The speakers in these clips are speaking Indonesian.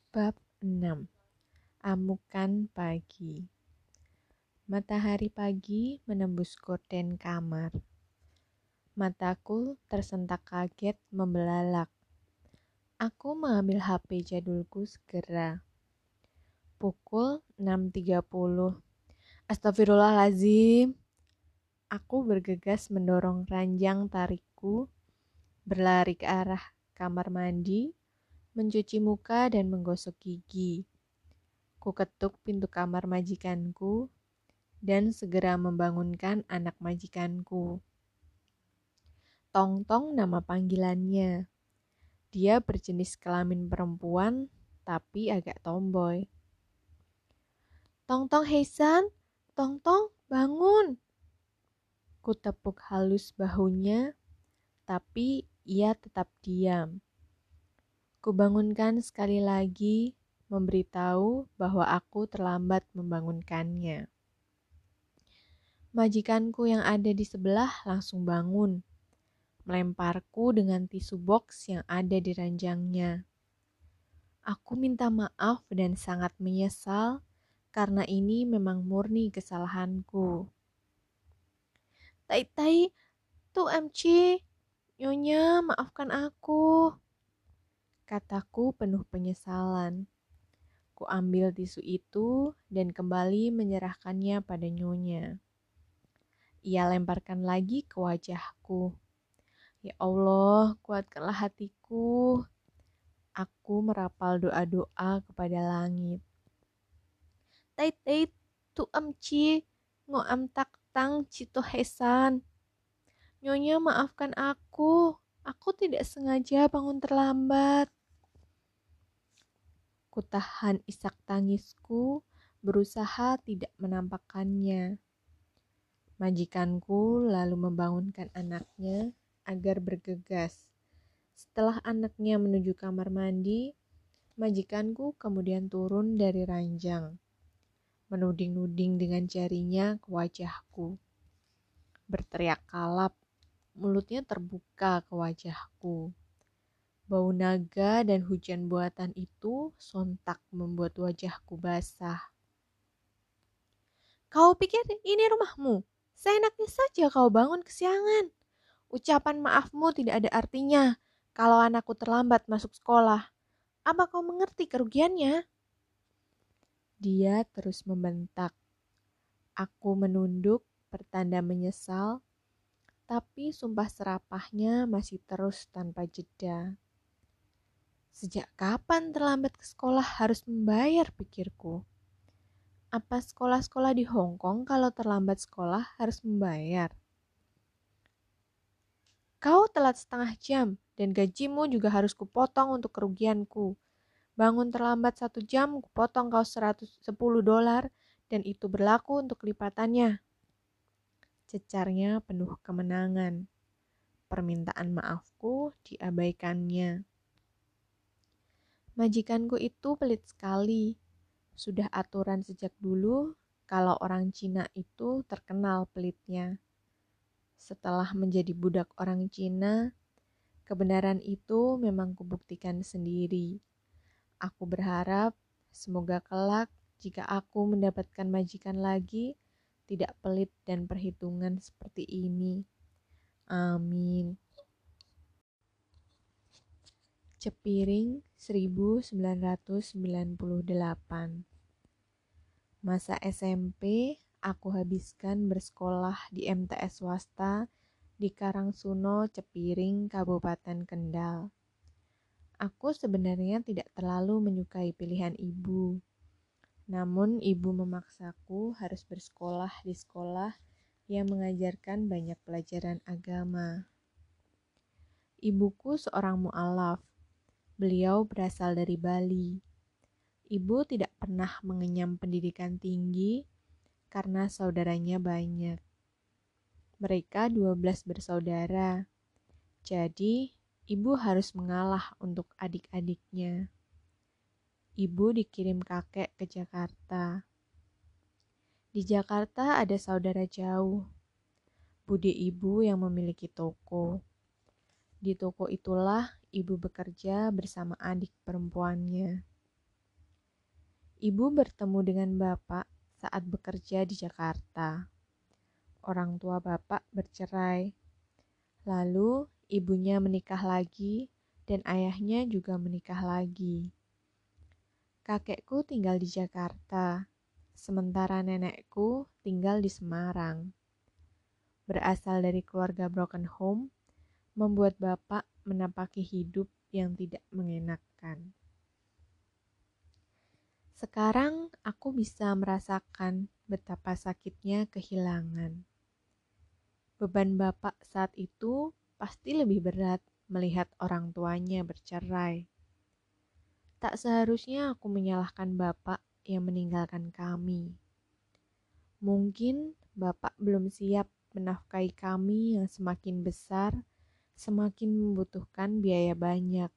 Bab 6. Amukan pagi. Matahari pagi menembus gorden kamar. Mataku tersentak kaget membelalak. Aku mengambil HP jadulku segera. Pukul 6.30. Astagfirullahaladzim. Aku bergegas mendorong ranjang tarikku, berlari ke arah kamar mandi, mencuci muka dan menggosok gigi. Ku ketuk pintu kamar majikanku dan segera membangunkan anak majikanku. Tong-tong nama panggilannya. Dia berjenis kelamin perempuan tapi agak tomboy. Tong-tong Heisan, Tong-tong bangun. Ku tepuk halus bahunya tapi ia tetap diam. Kubangunkan sekali lagi, memberitahu bahwa aku terlambat membangunkannya. Majikanku yang ada di sebelah langsung bangun, melemparku dengan tisu box yang ada di ranjangnya. Aku minta maaf dan sangat menyesal karena ini memang murni kesalahanku. Tai-tai, tuh MC, Nyonya maafkan aku, kataku penuh penyesalan. Ku ambil tisu itu dan kembali menyerahkannya pada Nyonya. Ia lemparkan lagi ke wajahku. Ya Allah, kuatkanlah hatiku. Aku merapal doa-doa kepada langit. Tai-tai tu amci, ngoam tak tang cito hesan. Nyonya maafkan aku tidak sengaja bangun terlambat. Kutahan isak tangisku, berusaha tidak menampakkannya. Majikanku lalu membangunkan anaknya agar bergegas. Setelah anaknya menuju kamar mandi, majikanku kemudian turun dari ranjang, menuding-nuding dengan jarinya ke wajahku. Berteriak kalap, mulutnya terbuka ke wajahku. Bau naga dan hujan buatan itu sontak membuat wajahku basah. Kau pikir ini rumahmu? Seenaknya saja kau bangun kesiangan. Ucapan maafmu tidak ada artinya kalau anakku terlambat masuk sekolah. Apa kau mengerti kerugiannya? Dia terus membentak. Aku menunduk, pertanda menyesal, tapi sumpah serapahnya masih terus tanpa jeda. Sejak kapan terlambat ke sekolah harus membayar, pikirku. Apa sekolah-sekolah di Hong Kong kalau terlambat sekolah harus membayar? Kau telat setengah jam dan gajimu juga harus kupotong untuk kerugianku. Bangun terlambat 1 jam, kupotong kau $110 dan itu berlaku untuk lipatannya. Cecarnya penuh kemenangan. Permintaan maafku diabaikannya. Majikanku itu pelit sekali. Sudah aturan sejak dulu kalau orang Cina itu terkenal pelitnya. Setelah menjadi budak orang Cina, kebenaran itu memang kubuktikan sendiri. Aku berharap semoga kelak jika aku mendapatkan majikan lagi, tidak pelit dan perhitungan seperti ini. Amin. Cepiring 1998. Masa SMP aku habiskan bersekolah di MTS swasta di Karangsuno, Cepiring, Kabupaten Kendal. Aku sebenarnya tidak terlalu menyukai pilihan ibu. Namun ibu memaksaku harus bersekolah di sekolah yang mengajarkan banyak pelajaran agama. Ibuku seorang mu'alaf. Beliau berasal dari Bali. Ibu tidak pernah mengenyam pendidikan tinggi karena saudaranya banyak. Mereka 12 bersaudara. Jadi, ibu harus mengalah untuk adik-adiknya. Ibu dikirim kakek ke Jakarta. Di Jakarta ada saudara jauh, bude ibu yang memiliki toko. Di toko itulah ibu bekerja bersama adik perempuannya. Ibu bertemu dengan bapak saat bekerja di Jakarta. Orang tua bapak bercerai. Lalu ibunya menikah lagi dan ayahnya juga menikah lagi. Kakekku tinggal di Jakarta, sementara nenekku tinggal di Semarang. Berasal dari keluarga broken home, membuat bapak menapaki hidup yang tidak mengenakan. Sekarang aku bisa merasakan betapa sakitnya kehilangan. Beban bapak saat itu pasti lebih berat melihat orang tuanya bercerai. Tak seharusnya aku menyalahkan bapak yang meninggalkan kami. Mungkin bapak belum siap menafkahi kami yang semakin besar, semakin membutuhkan biaya banyak.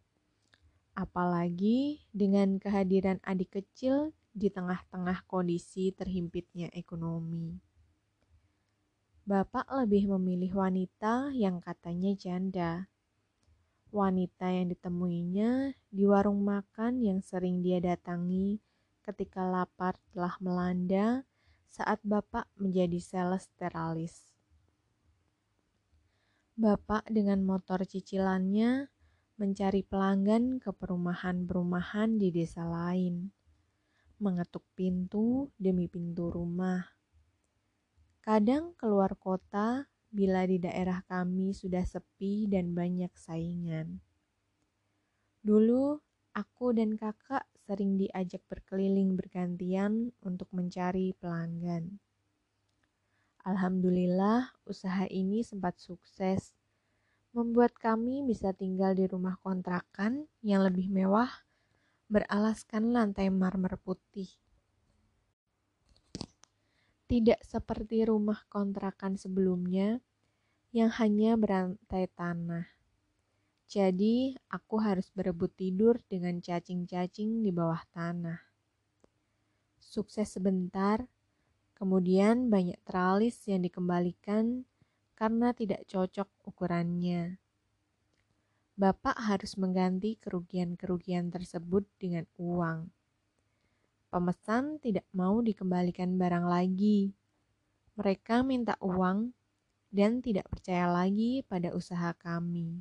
Apalagi dengan kehadiran adik kecil di tengah-tengah kondisi terhimpitnya ekonomi. Bapak lebih memilih wanita yang katanya janda. Wanita yang ditemuinya di warung makan yang sering dia datangi ketika lapar telah melanda saat bapak menjadi sales teralis. Bapak dengan motor cicilannya mencari pelanggan ke perumahan-perumahan di desa lain, mengetuk pintu demi pintu rumah. Kadang keluar kota bila di daerah kami sudah sepi dan banyak saingan. Dulu, aku dan kakak sering diajak berkeliling bergantian untuk mencari pelanggan. Alhamdulillah, usaha ini sempat sukses, membuat kami bisa tinggal di rumah kontrakan yang lebih mewah, beralaskan lantai marmer putih. Tidak seperti rumah kontrakan sebelumnya yang hanya berantai tanah. Jadi, aku harus berebut tidur dengan cacing-cacing di bawah tanah. Sukses sebentar, kemudian banyak teralis yang dikembalikan karena tidak cocok ukurannya. Bapak harus mengganti kerugian-kerugian tersebut dengan uang. Pemesan tidak mau dikembalikan barang lagi. Mereka minta uang dan tidak percaya lagi pada usaha kami.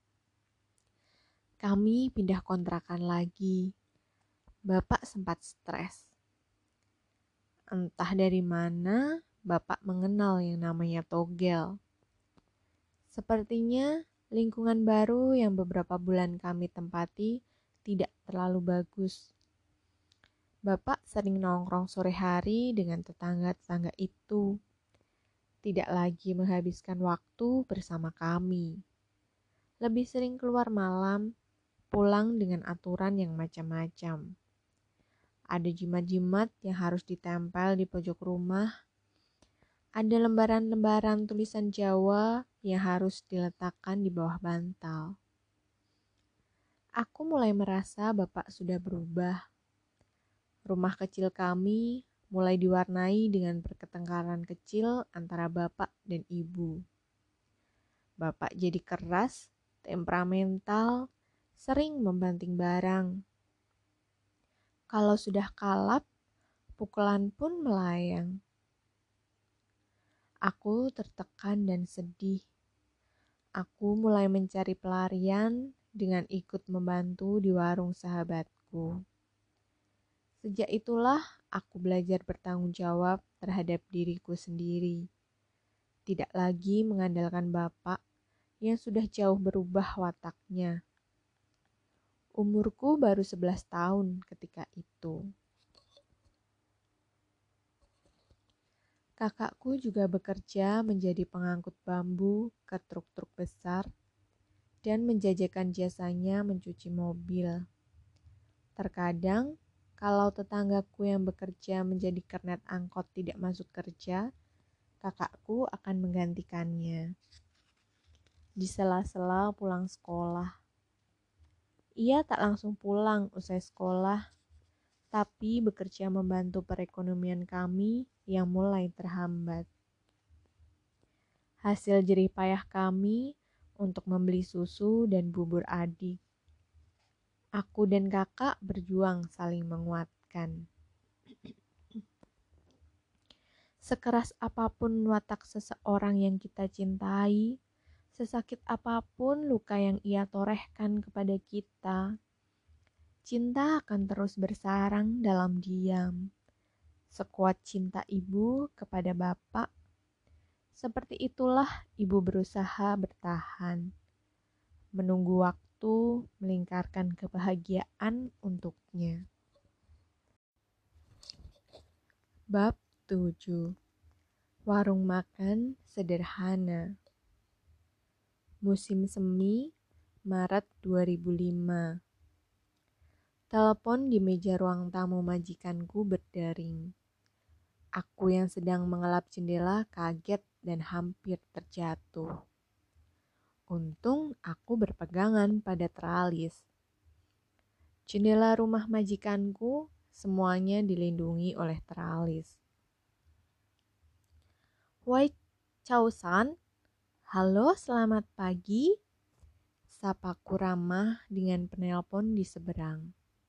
Kami pindah kontrakan lagi. Bapak sempat stres. Entah dari mana Bapak mengenal yang namanya togel. Sepertinya lingkungan baru yang beberapa bulan kami tempati tidak terlalu bagus. Bapak sering nongkrong sore hari dengan tetangga-tetangga itu. Tidak lagi menghabiskan waktu bersama kami. Lebih sering keluar malam, pulang dengan aturan yang macam-macam. Ada jimat-jimat yang harus ditempel di pojok rumah. Ada lembaran-lembaran tulisan Jawa yang harus diletakkan di bawah bantal. Aku mulai merasa Bapak sudah berubah. Rumah kecil kami mulai diwarnai dengan pertengkaran kecil antara bapak dan ibu. Bapak jadi keras, temperamental, sering membanting barang. Kalau sudah kalap, pukulan pun melayang. Aku tertekan dan sedih. Aku mulai mencari pelarian dengan ikut membantu di warung sahabatku. Sejak itulah aku belajar bertanggung jawab terhadap diriku sendiri. Tidak lagi mengandalkan bapak yang sudah jauh berubah wataknya. Umurku baru 11 tahun ketika itu. Kakakku juga bekerja menjadi pengangkut bambu ke truk-truk besar dan menjajakan jasanya mencuci mobil. Terkadang, kalau tetanggaku yang bekerja menjadi kernet angkot tidak masuk kerja, kakakku akan menggantikannya. Di sela-sela pulang sekolah. Ia tak langsung pulang usai sekolah, tapi bekerja membantu perekonomian kami yang mulai terhambat. Hasil jerih payah kami untuk membeli susu dan bubur adik. Aku dan kakak berjuang saling menguatkan. majikan. Sekeras apapun watak seseorang yang kita cintai, sesakit apapun luka yang ia torehkan kepada kita, cinta akan terus bersarang dalam diam. Sekuat cinta ibu kepada bapak, seperti itulah ibu berusaha bertahan, menunggu waktu melingkarkan kebahagiaan untuknya. Bab 7. Warung makan sederhana. Musim semi, Maret 2005. Telepon di meja ruang tamu majikanku berdering. Aku yang sedang mengelap jendela kaget dan hampir terjatuh. Untung aku berpegangan pada teralis. Jendela rumah majikanku semuanya dilindungi oleh teralis. Wai Chow-san, halo selamat pagi, sapaku ramah dengan penelpon di seberang.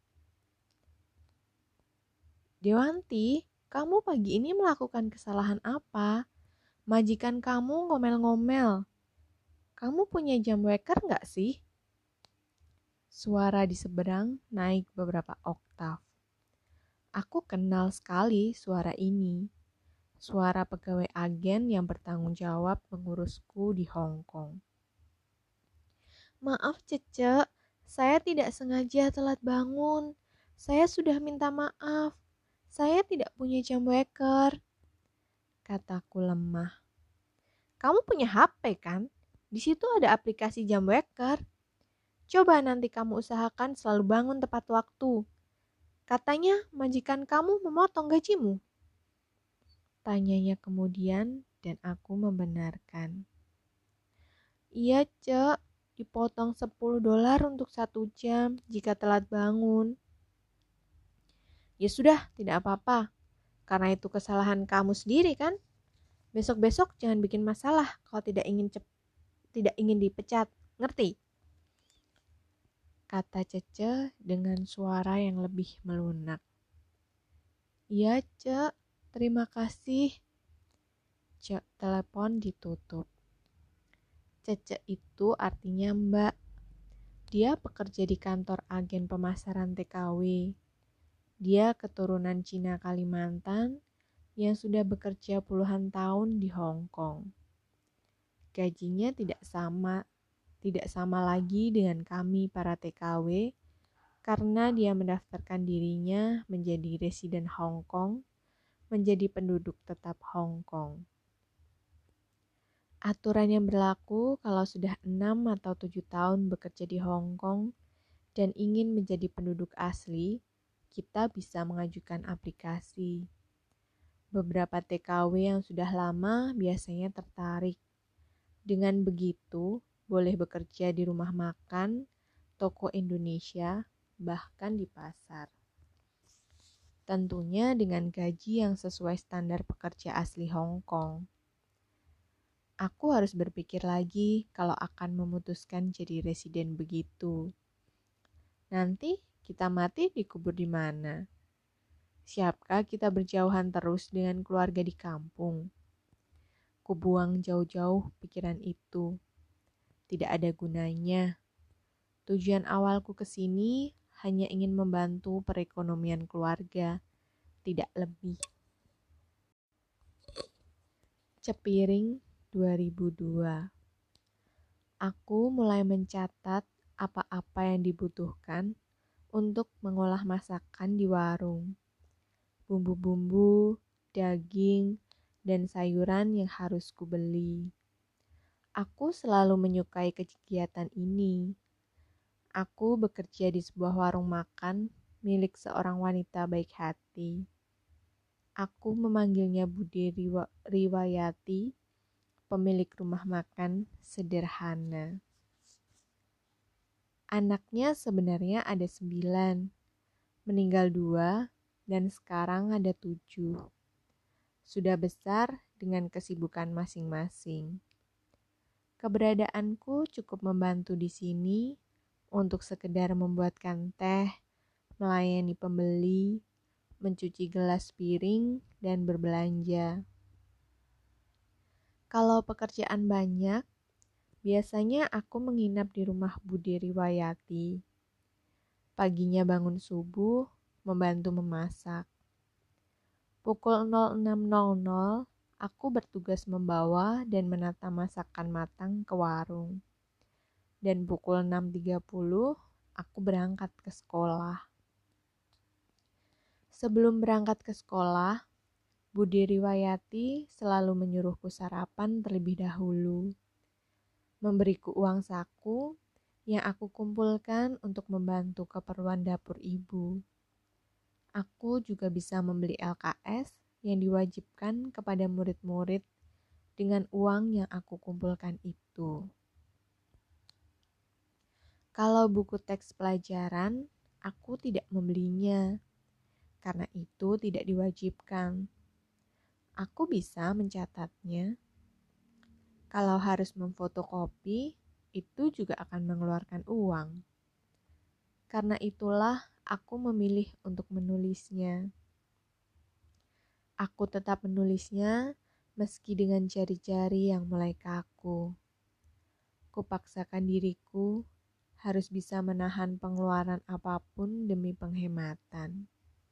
Dewanti, kamu pagi ini melakukan kesalahan apa? Majikan kamu ngomel-ngomel. Kamu punya jam weker nggak sih? Suara di seberang naik beberapa oktav. Aku kenal sekali suara ini. Suara pegawai agen yang bertanggung jawab mengurusku di Hong Kong. Maaf Cece, saya tidak sengaja telat bangun. Saya sudah minta maaf. Saya tidak punya jam weker, kataku lemah. Kamu punya HP kan? Di situ ada aplikasi jam weker. Coba nanti kamu usahakan selalu bangun tepat waktu. Katanya majikan kamu memotong gajimu. Tanyanya kemudian dan aku membenarkan. Iya Cek, dipotong $10 untuk 1 jam jika telat bangun. Ya sudah, tidak apa-apa. Karena itu kesalahan kamu sendiri kan? Besok-besok jangan bikin masalah kalau tidak ingin dipecat. Ngerti? Kata Cece dengan suara yang lebih melunak. Iya Cek, terima kasih. Cek, telepon ditutup. Cece itu artinya Mbak. Dia bekerja di kantor agen pemasaran TKW. Dia keturunan Cina Kalimantan yang sudah bekerja puluhan tahun di Hong Kong. Gajinya tidak sama lagi dengan kami para TKW karena dia mendaftarkan dirinya menjadi residen Hong Kong, menjadi penduduk tetap Hong Kong. Aturan yang berlaku kalau sudah 6 atau 7 tahun bekerja di Hong Kong dan ingin menjadi penduduk asli, kita bisa mengajukan aplikasi. Beberapa TKW yang sudah lama biasanya tertarik. Dengan begitu, boleh bekerja di rumah makan, toko Indonesia, bahkan di pasar. Tentunya dengan gaji yang sesuai standar pekerja asli Hong Kong. Aku harus berpikir lagi kalau akan memutuskan jadi residen begitu. Nanti kita mati dikubur di mana? Siapkah kita berjauhan terus dengan keluarga di kampung? Kubuang jauh-jauh pikiran itu. Tidak ada gunanya. Tujuan awalku ke sini hanya ingin membantu perekonomian keluarga, tidak lebih. Cepiring 2002. Aku mulai mencatat apa-apa yang dibutuhkan untuk mengolah masakan di warung. Bumbu-bumbu, daging, dan sayuran yang harus kubeli. Aku selalu menyukai kegiatan ini. Aku bekerja di sebuah warung makan milik seorang wanita baik hati. Aku memanggilnya Budi Riwayati, pemilik rumah makan sederhana. Anaknya sebenarnya ada 9, meninggal 2, dan sekarang ada 7. Sudah besar dengan kesibukan masing-masing. Keberadaanku cukup membantu di sini untuk sekedar membuatkan teh, melayani pembeli, mencuci gelas piring, dan berbelanja. Kalau pekerjaan banyak, biasanya aku menginap di rumah Budi Riwayati. Paginya bangun subuh, membantu memasak. Pukul 06.00, aku bertugas membawa dan menata masakan matang ke warung. Dan pukul 6.30, aku berangkat ke sekolah. Sebelum berangkat ke sekolah, Budi Riwayati selalu menyuruhku sarapan terlebih dahulu, memberiku uang saku yang aku kumpulkan untuk membantu keperluan dapur ibu. Aku juga bisa membeli LKS yang diwajibkan kepada murid-murid dengan uang yang aku kumpulkan itu. Kalau buku teks pelajaran, aku tidak membelinya, karena itu tidak diwajibkan. Aku bisa mencatatnya. Kalau harus memfotokopi, itu juga akan mengeluarkan uang. Karena itulah aku memilih untuk menulisnya. Aku tetap menulisnya meski dengan jari-jari yang mulai kaku. Kupaksakan diriku harus bisa menahan pengeluaran apapun demi penghematan.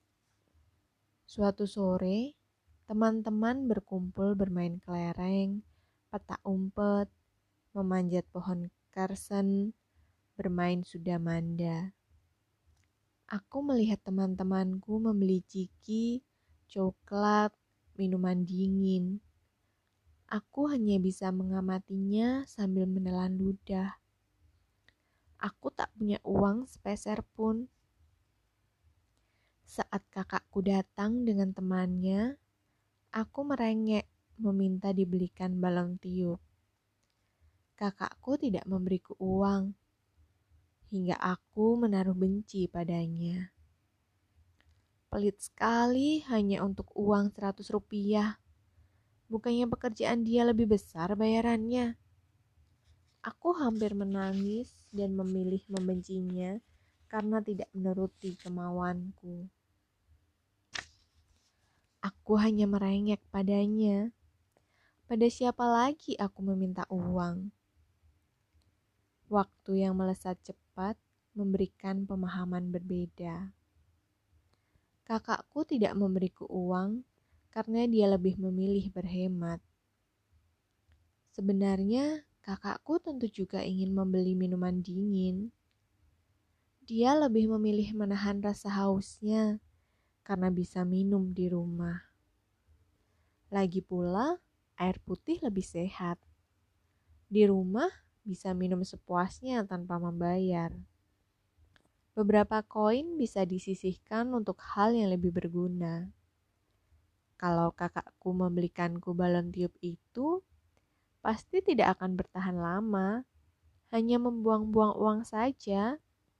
Suatu sore, teman-teman berkumpul bermain kelereng, petak umpet, memanjat pohon karsen, bermain sudamanda. Aku melihat teman-temanku membeli ciki, coklat, minuman dingin. Aku hanya bisa mengamatinya sambil menelan ludah. Aku tak punya uang sepeser pun. Saat kakakku datang dengan temannya, aku merengek meminta dibelikan balon tiup. Kakakku tidak memberiku uang, hingga aku menaruh benci padanya. Pelit sekali hanya untuk uang 100 rupiah. Bukannya pekerjaan dia lebih besar bayarannya. Aku hampir menangis dan memilih membencinya karena tidak menuruti kemauanku. Aku hanya merengek padanya. Pada siapa lagi aku meminta uang? Waktu yang melesat cepat memberikan pemahaman berbeda. Kakakku tidak memberiku uang karena dia lebih memilih berhemat. Sebenarnya kakakku tentu juga ingin membeli minuman dingin. Dia lebih memilih menahan rasa hausnya karena bisa minum di rumah. Lagi pula, air putih lebih sehat. Di rumah bisa minum sepuasnya tanpa membayar. Beberapa koin bisa disisihkan untuk hal yang lebih berguna. Kalau kakakku membelikanku balon tiup itu, pasti tidak akan bertahan lama, hanya membuang-buang uang saja.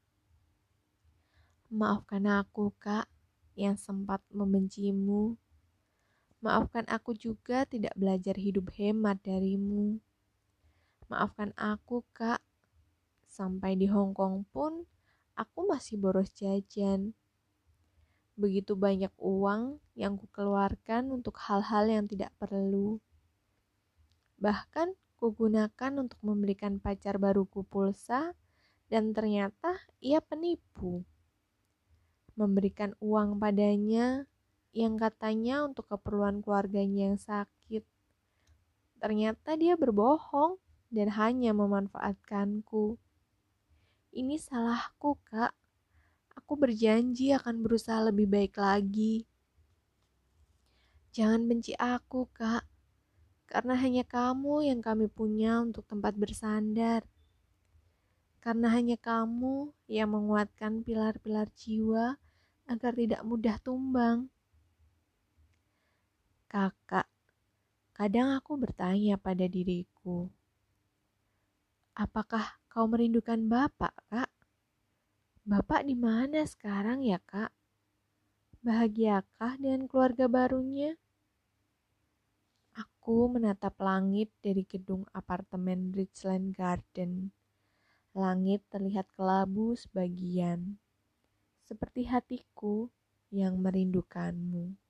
Maafkan aku, Kak, yang sempat membencimu. Maafkan aku juga tidak belajar hidup hemat darimu. Maafkan aku, Kak. Sampai di Hong Kong pun, aku masih boros jajan. Begitu banyak uang yang kukeluarkan untuk hal-hal yang tidak perlu. Bahkan kugunakan untuk membelikan pacar baruku pulsa, dan ternyata ia penipu. Memberikan uang padanya yang katanya untuk keperluan keluarganya yang sakit. Ternyata dia berbohong dan hanya memanfaatkanku. Ini salahku, Kak. Aku berjanji akan berusaha lebih baik lagi. Jangan benci aku, Kak. Karena hanya kamu yang kami punya untuk tempat bersandar. Karena hanya kamu yang menguatkan pilar-pilar jiwa agar tidak mudah tumbang. Kakak, kadang aku bertanya pada diriku, apakah kau merindukan Bapak, Kak? Bapak di mana sekarang ya, Kak? Bahagiakah dengan keluarga barunya? Aku menatap langit dari gedung apartemen Richland Garden. Langit terlihat kelabu sebagian. Seperti hatiku, yang merindukanmu.